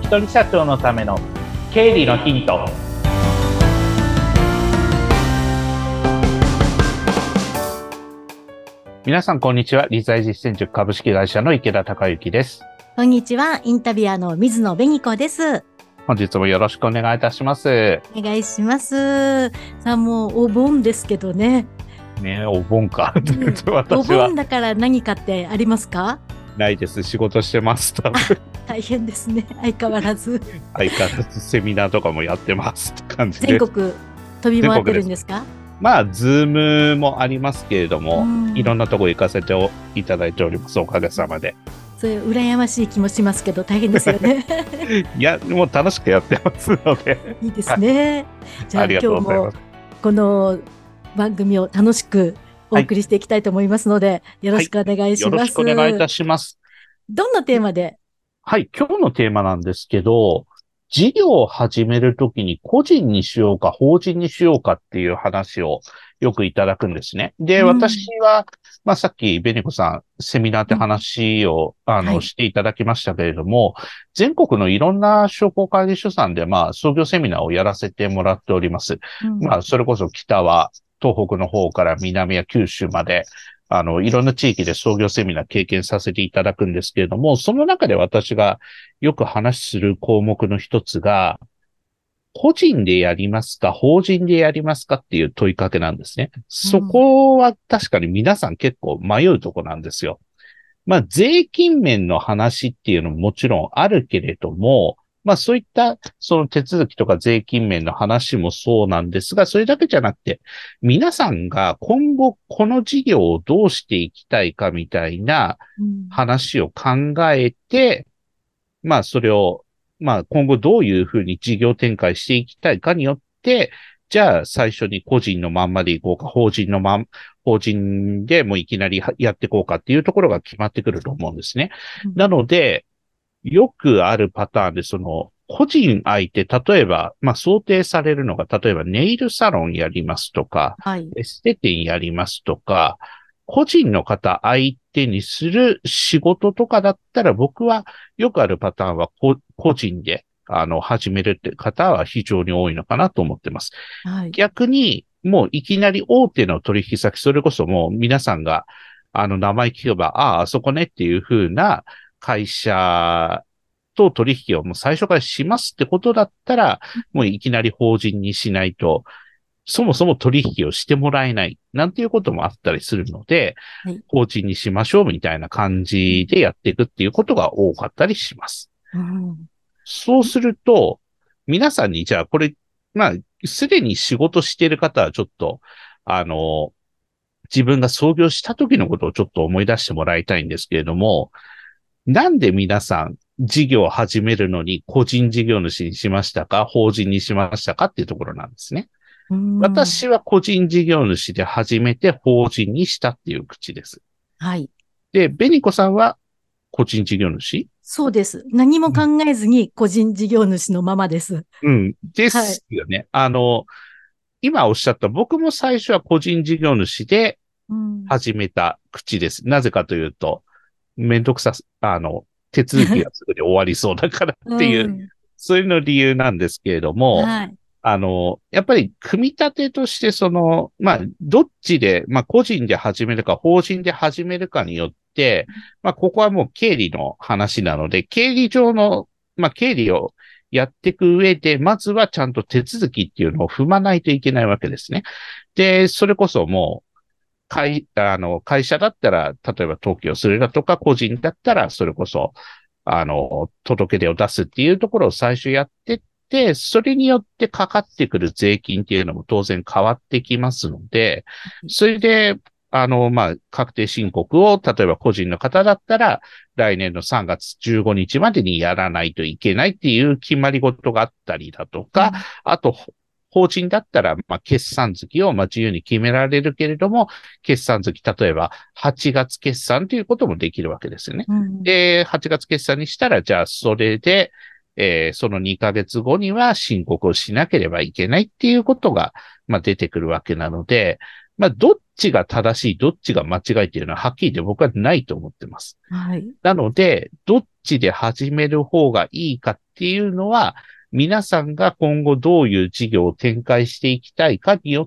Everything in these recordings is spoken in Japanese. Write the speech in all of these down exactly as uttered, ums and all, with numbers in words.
人社長のための経理のヒント。皆さんこんにちは。理財実践塾株式会社の池田孝之です。 こんにちは。インタビュアーの水野紅子です。 本日もよろしくお願いいたします。 お願いします。さあ、もうお盆ですけどね。 ねえ、お盆か。 うん、 私はお盆だから何かってありますか？ ないです。仕事してます。多分大変ですね。相変わらず。 相変わらずセミナーとかもやってますって感じで。 全国飛び回ってるんですか？ まあ、ズームもありますけれども、 うん、 いろんなところ行かせていただいております。おかげさまで。 そういう羨ましい気もしますけど、大変ですよね。 いや、もう楽しくやってますので。 いいですね。じゃあ、 ありがと今日もうございます。 この番組を楽しくお送りしていきたいと思いますので、はい、よろしくお願いします。 よろしくお願いいたします。 どんなテーマで？ はい、今日のテーマなんですけど、事業を始めるときに個人にしようか法人にしようかっていう話をよくいただくんですね。で、うん、私は、まあ、さっき紅子さんセミナーって話を、うん、あの、はい、していただきましたけれども、全国のいろんな商工会議所さんで、まあ、創業セミナーをやらせてもらっております。うん、まあ、それこそ北は東北の方から南や九州まで、あの、いろんな地域で創業セミナー経験させていただくんですけれども、その中で私がよく話する項目の一つが、個人でやりますか、法人でやりますかっていう問いかけなんですね。そこは確かに皆さん結構迷うとこなんですよ。まあ、税金面の話っていうのももちろんあるけれども、まあそういったその手続きとか税金面の話もそうなんですが、それだけじゃなくて、皆さんが今後この事業をどうしていきたいかみたいな話を考えて、うん、まあそれを、まあ今後どういうふうに事業展開していきたいかによって、じゃあ最初に個人のまんまでいこうか、法人のまん、法人でもういきなりやっていこうかっていうところが決まってくると思うんですね。うん、なので、よくあるパターンで、その、個人相手、例えば、まあ、想定されるのが、例えばネイルサロンやりますとか、はい、エステ店やりますとか、個人の方相手にする仕事とかだったら、僕はよくあるパターンは、個人で、あの、始めるって方は非常に多いのかなと思ってます。はい、逆に、もういきなり大手の取引先、それこそもう皆さんが、あの、名前聞けば、ああ、あそこねっていう風な、会社と取引をもう最初からしますってことだったら、もういきなり法人にしないと、そもそも取引をしてもらえない、なんていうこともあったりするので、はい、法人にしましょうみたいな感じでやっていくっていうことが多かったりします。うん、そうすると、皆さんにじゃあこれ、まあ、すでに仕事している方はちょっと、あの、自分が創業した時のことをちょっと思い出してもらいたいんですけれども、なんで皆さん事業を始めるのに個人事業主にしましたか、法人にしましたかっていうところなんですね。私は個人事業主で始めて法人にしたっていう口です。 はい。 で、紅子さんは個人事業主？ そうです。何も考えずに個人事業主のままです。 うん。ですよね。はい、あの、今おっしゃった僕も最初は個人事業主で始めた口です。うん、なぜかというと、めんどくさ、あの、手続きがすぐに終わりそうだからっていう、うん、そういうの理由なんですけれども、はい、あの、やっぱり組み立てとしてその、まあ、どっちで、まあ、個人で始めるか、法人で始めるかによって、まあ、ここはもう経理の話なので、経理上の、まあ、経理をやっていく上で、まずはちゃんと手続きっていうのを踏まないといけないわけですね。で、それこそもう、会、あの、会社だったら、例えば登記をするだとか、個人だったら、それこそ、あの、届け出を出すっていうところを最初やってって、それによってかかってくる税金っていうのも当然変わってきますので、それで、あの、まあ、確定申告を、例えば個人の方だったら、来年のさんがつじゅうごにちまでにやらないといけないっていう決まり事があったりだとか、うん、あと、法人だったら、まあ、決算月を、まあ、自由に決められるけれども、決算月、例えば、はちがつ決算ということもできるわけですよね。うん、で、はちがつ決算にしたら、じゃあ、それで、えー、そのにかげつごには申告をしなければいけないっていうことが、まあ、出てくるわけなので、まあ、どっちが正しい、どっちが間違いっていうのは、はっきり言って僕はないと思ってます。はい。なので、どっちで始める方がいいかってっていうのは、皆さんが今後どういう事業を展開していきたいかによって、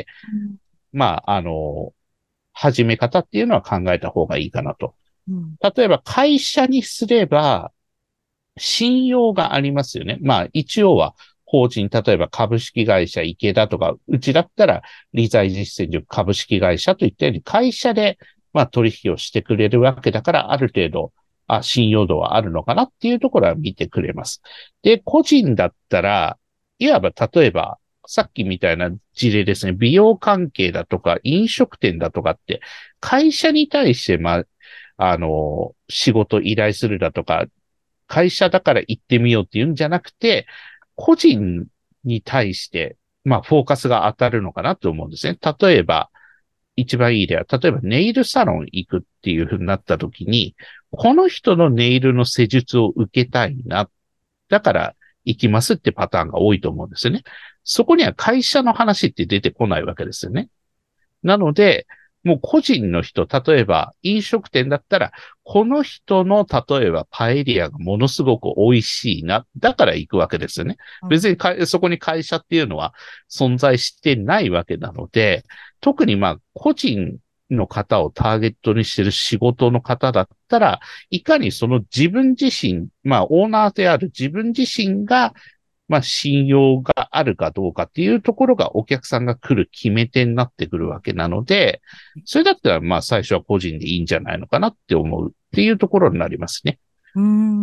うん、 まあ、あの、始め方っていうのは考えた方がいいかなと。 うん、 例えば会社にすれば、信用がありますよね。まあ、一応は法人、例えば株式会社池田とか、うちだったら理財実践塾株式会社といったように会社で、まあ、取引をしてくれるわけだから、ある程度、あ、信用度はあるのかなっていうところは見てくれます。で、個人だったら、いわば例えば、さっきみたいな事例ですね、美容関係だとか飲食店だとかって、会社に対して、まあ、あの、仕事依頼するだとか、会社だから行ってみようっていうんじゃなくて、個人に対して、まあ、フォーカスが当たるのかなと思うんですね。例えば、一番いい例は、例えばネイルサロン行くっていう風になった時に、この人のネイルの施術を受けたいな。だから行きますってパターンが多いと思うんですよね。そこには会社の話って出てこないわけですよね。なので、もう個人の人、例えば飲食店だったら、この人の例えばパエリアがものすごく美味しいな。だから行くわけですよね。別にかそこに会社っていうのは存在してないわけなので、特にまあ個人の方をターゲットにしている仕事の方だったら、いかにその自分自身、まあオーナーである自分自身がまあ、信用があるかどうかっていうところがお客さんが来る決め手になってくるわけなので、それだったらまあ最初は個人でいいんじゃないのかなって思うっていうところになりますね。 うん。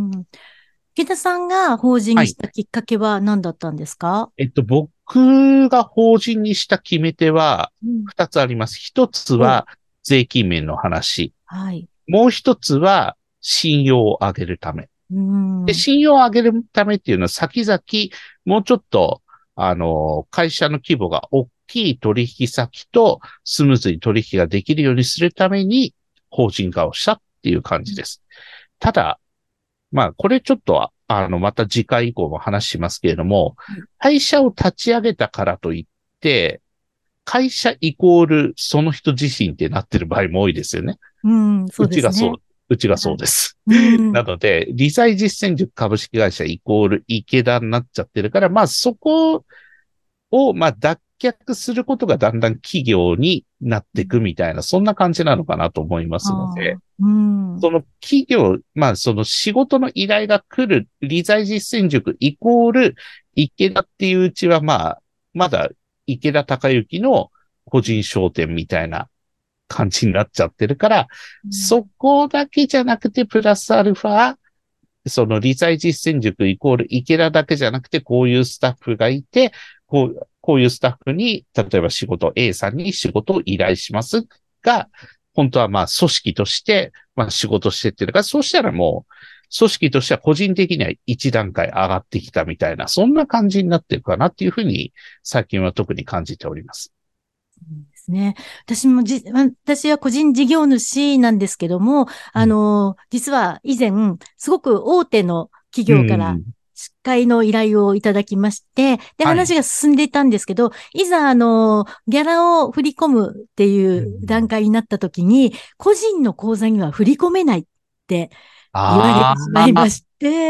池田さんが法人はい。 にしたきっかけは何だったんですか？ えっと、僕が法人にした決め手はうん。 二つあります。一つお、 は税金面の話。 はい。 もう一つは信用を上げるため。 うで、 ん。 信用を上げるためっていうのは先々、もうちょっと、あの、会社の規模が大きい取引先とスムーズに取引ができるようにするために法人化をしたっていう感じです。ただ、まあ、これちょっと、あの、また次回以降も話しますけれども、 はい。 会社を立ち上げたからといって、会社イコールその人自身ってなってる場合も多いですよね。 うん、そううですね。 ちがそう、うちがはい。 そうです。 うなん。 ので、理財実践塾株式会社イコール池田になっちゃってるから、まあそこを、まあ脱却することがだんだん企業になっていくみたいな、そんな感じなのかなと思いますので、 ああ、うん。 その企業、まあその仕事の依頼が来る理財実践塾イコール池田っていううちは、まあ、まだ池田孝之の個人商店みたいな感じになっちゃってるから、 うん。 そこだけじゃなくて、プラスアルファ、その理財実践塾イコール池田だけじゃなくて、こういうスタッフがいて、こう、こういうスタッフに、例えば仕事、A さんに仕事を依頼しますが、本当はまあ組織として、まあ仕事してってるから、そうしたらもう、組織としては個人的には一段階上がってきたみたいな、そんな感じになってるかなっていうふうに、最近は特に感じております。 ですね。私もじ、私は個人事業主なんですけども、あうん。 の、実は以前、すごく大手の企う業からん。 司会の依頼をいただきまして、で、 はい。 話が進んでいたんですけど、いざ、あの、ギャラを振り込むってういう段ん。 階になった時に、個人の口座には振り込めないって言われあてしまいまあ。 して、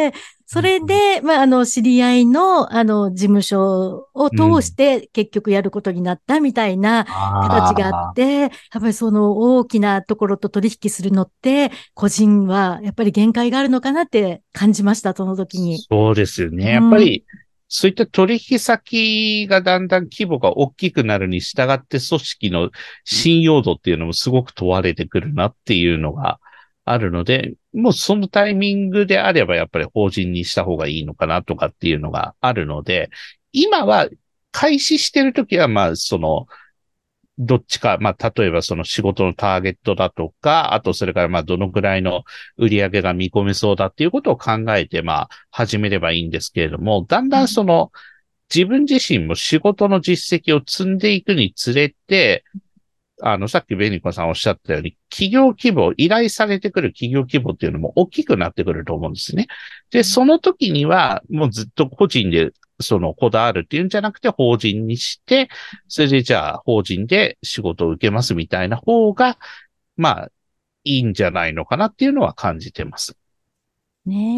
そうん。 れで、まあ、あの、知り合いの、あの、事務所をうん。 通して結局やることになったみたいな形があっああ。 て、やっぱりその大きなところと取引するのって、個人はやっぱり限界があるのかなって感じました、その時に。 そうですよね。やっぱうん。 り、そういった取引先がだんだん規模が大きくなるに従って組織の信用度っていうのもすごく問われてくるなっていうのがあるので、もうそのタイミングであればやっぱり法人にした方がいいのかなとかっていうのがあるので、今は開始してるときはまあそのどっちか、まあ、例えばその仕事のターゲットだとか、あとそれからまあ、どのくらいの売り上げが見込めそうだっていうことを考えて、まあ、始めればいいんですけれども、だんだんその、自分自身も仕事の実績を積んでいくにつれて、あの、さっきベニコさんおっしゃったように、企業規模、依頼されてくる企業規模っていうのも大きくなってくると思うんですね。で、その時には、もうずっと個人で、その、こだわるっていうんじゃなくて、法人にして、それでじゃあ、法人で仕事を受けますみたいな方が、まあ、いいんじゃないのかなっていうのは感じてます。 ねえ。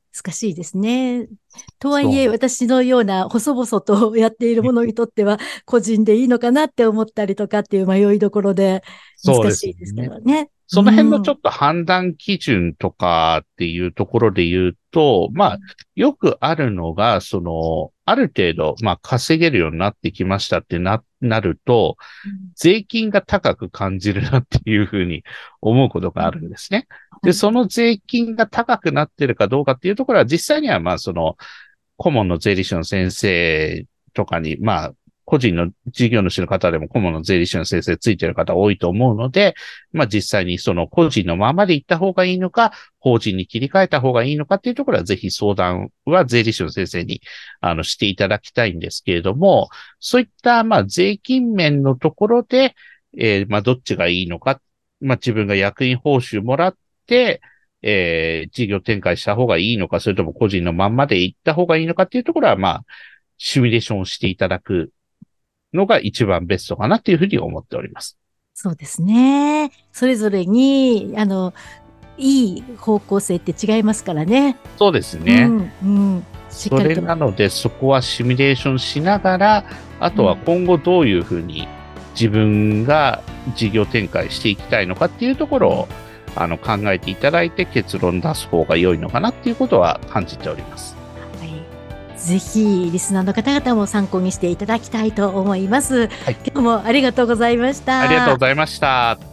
難しいですね。とはいえ、 そう。 私のような細々とやっているものにとっては、個人でいいのかなって思ったりとかっていう迷いどころでそうです難しいですけね。 どね。うその辺のちょん。 っと判断基準とかっていうところで言うと、まあ、よくあるのが、その、ある程度、まあ、稼げるようになってきましたってな、なると、税金が高く感じるなっていうふうに思うことがあるんですね。で、 はい。 その税金が高くなってるかどうかっていうところは、実際には、まあ、その、顧問の税理士の先生とかに、まあ、個人の事業主の方でも顧問の税理士の先生ついてる方多いと思うので、まあ実際にその個人のままで行った方がいいのか、法人に切り替えた方がいいのかっていうところはぜひ相談は税理士の先生にあのしていただきたいんですけれども、そういったまあ税金面のところで、えー、まあどっちがいいのか、まあ自分が役員報酬もらって、えー、事業展開した方がいいのか、それとも個人のまんまで行った方がいいのかっていうところは、まあ、シミュレーションをしていただくのが一番ベストかなっていうふうに思っております。 そうですね。それぞれに、あの、いい方向性って違いますからね。 そうですね。 うん、うん。しっそれかりと。 なので、そこはシミュレーションしながら、あとはうん、 今後どういうふうに自分が事業展開していきたいのかっていうところをあの考えていただいて結論出す方が良いのかなっていうことは感じております。 はい。ぜひ、リスナーの方々も参考にしていただきたいと思います。 はい。 今日もありがとうございましありがとうごた。 ざいました。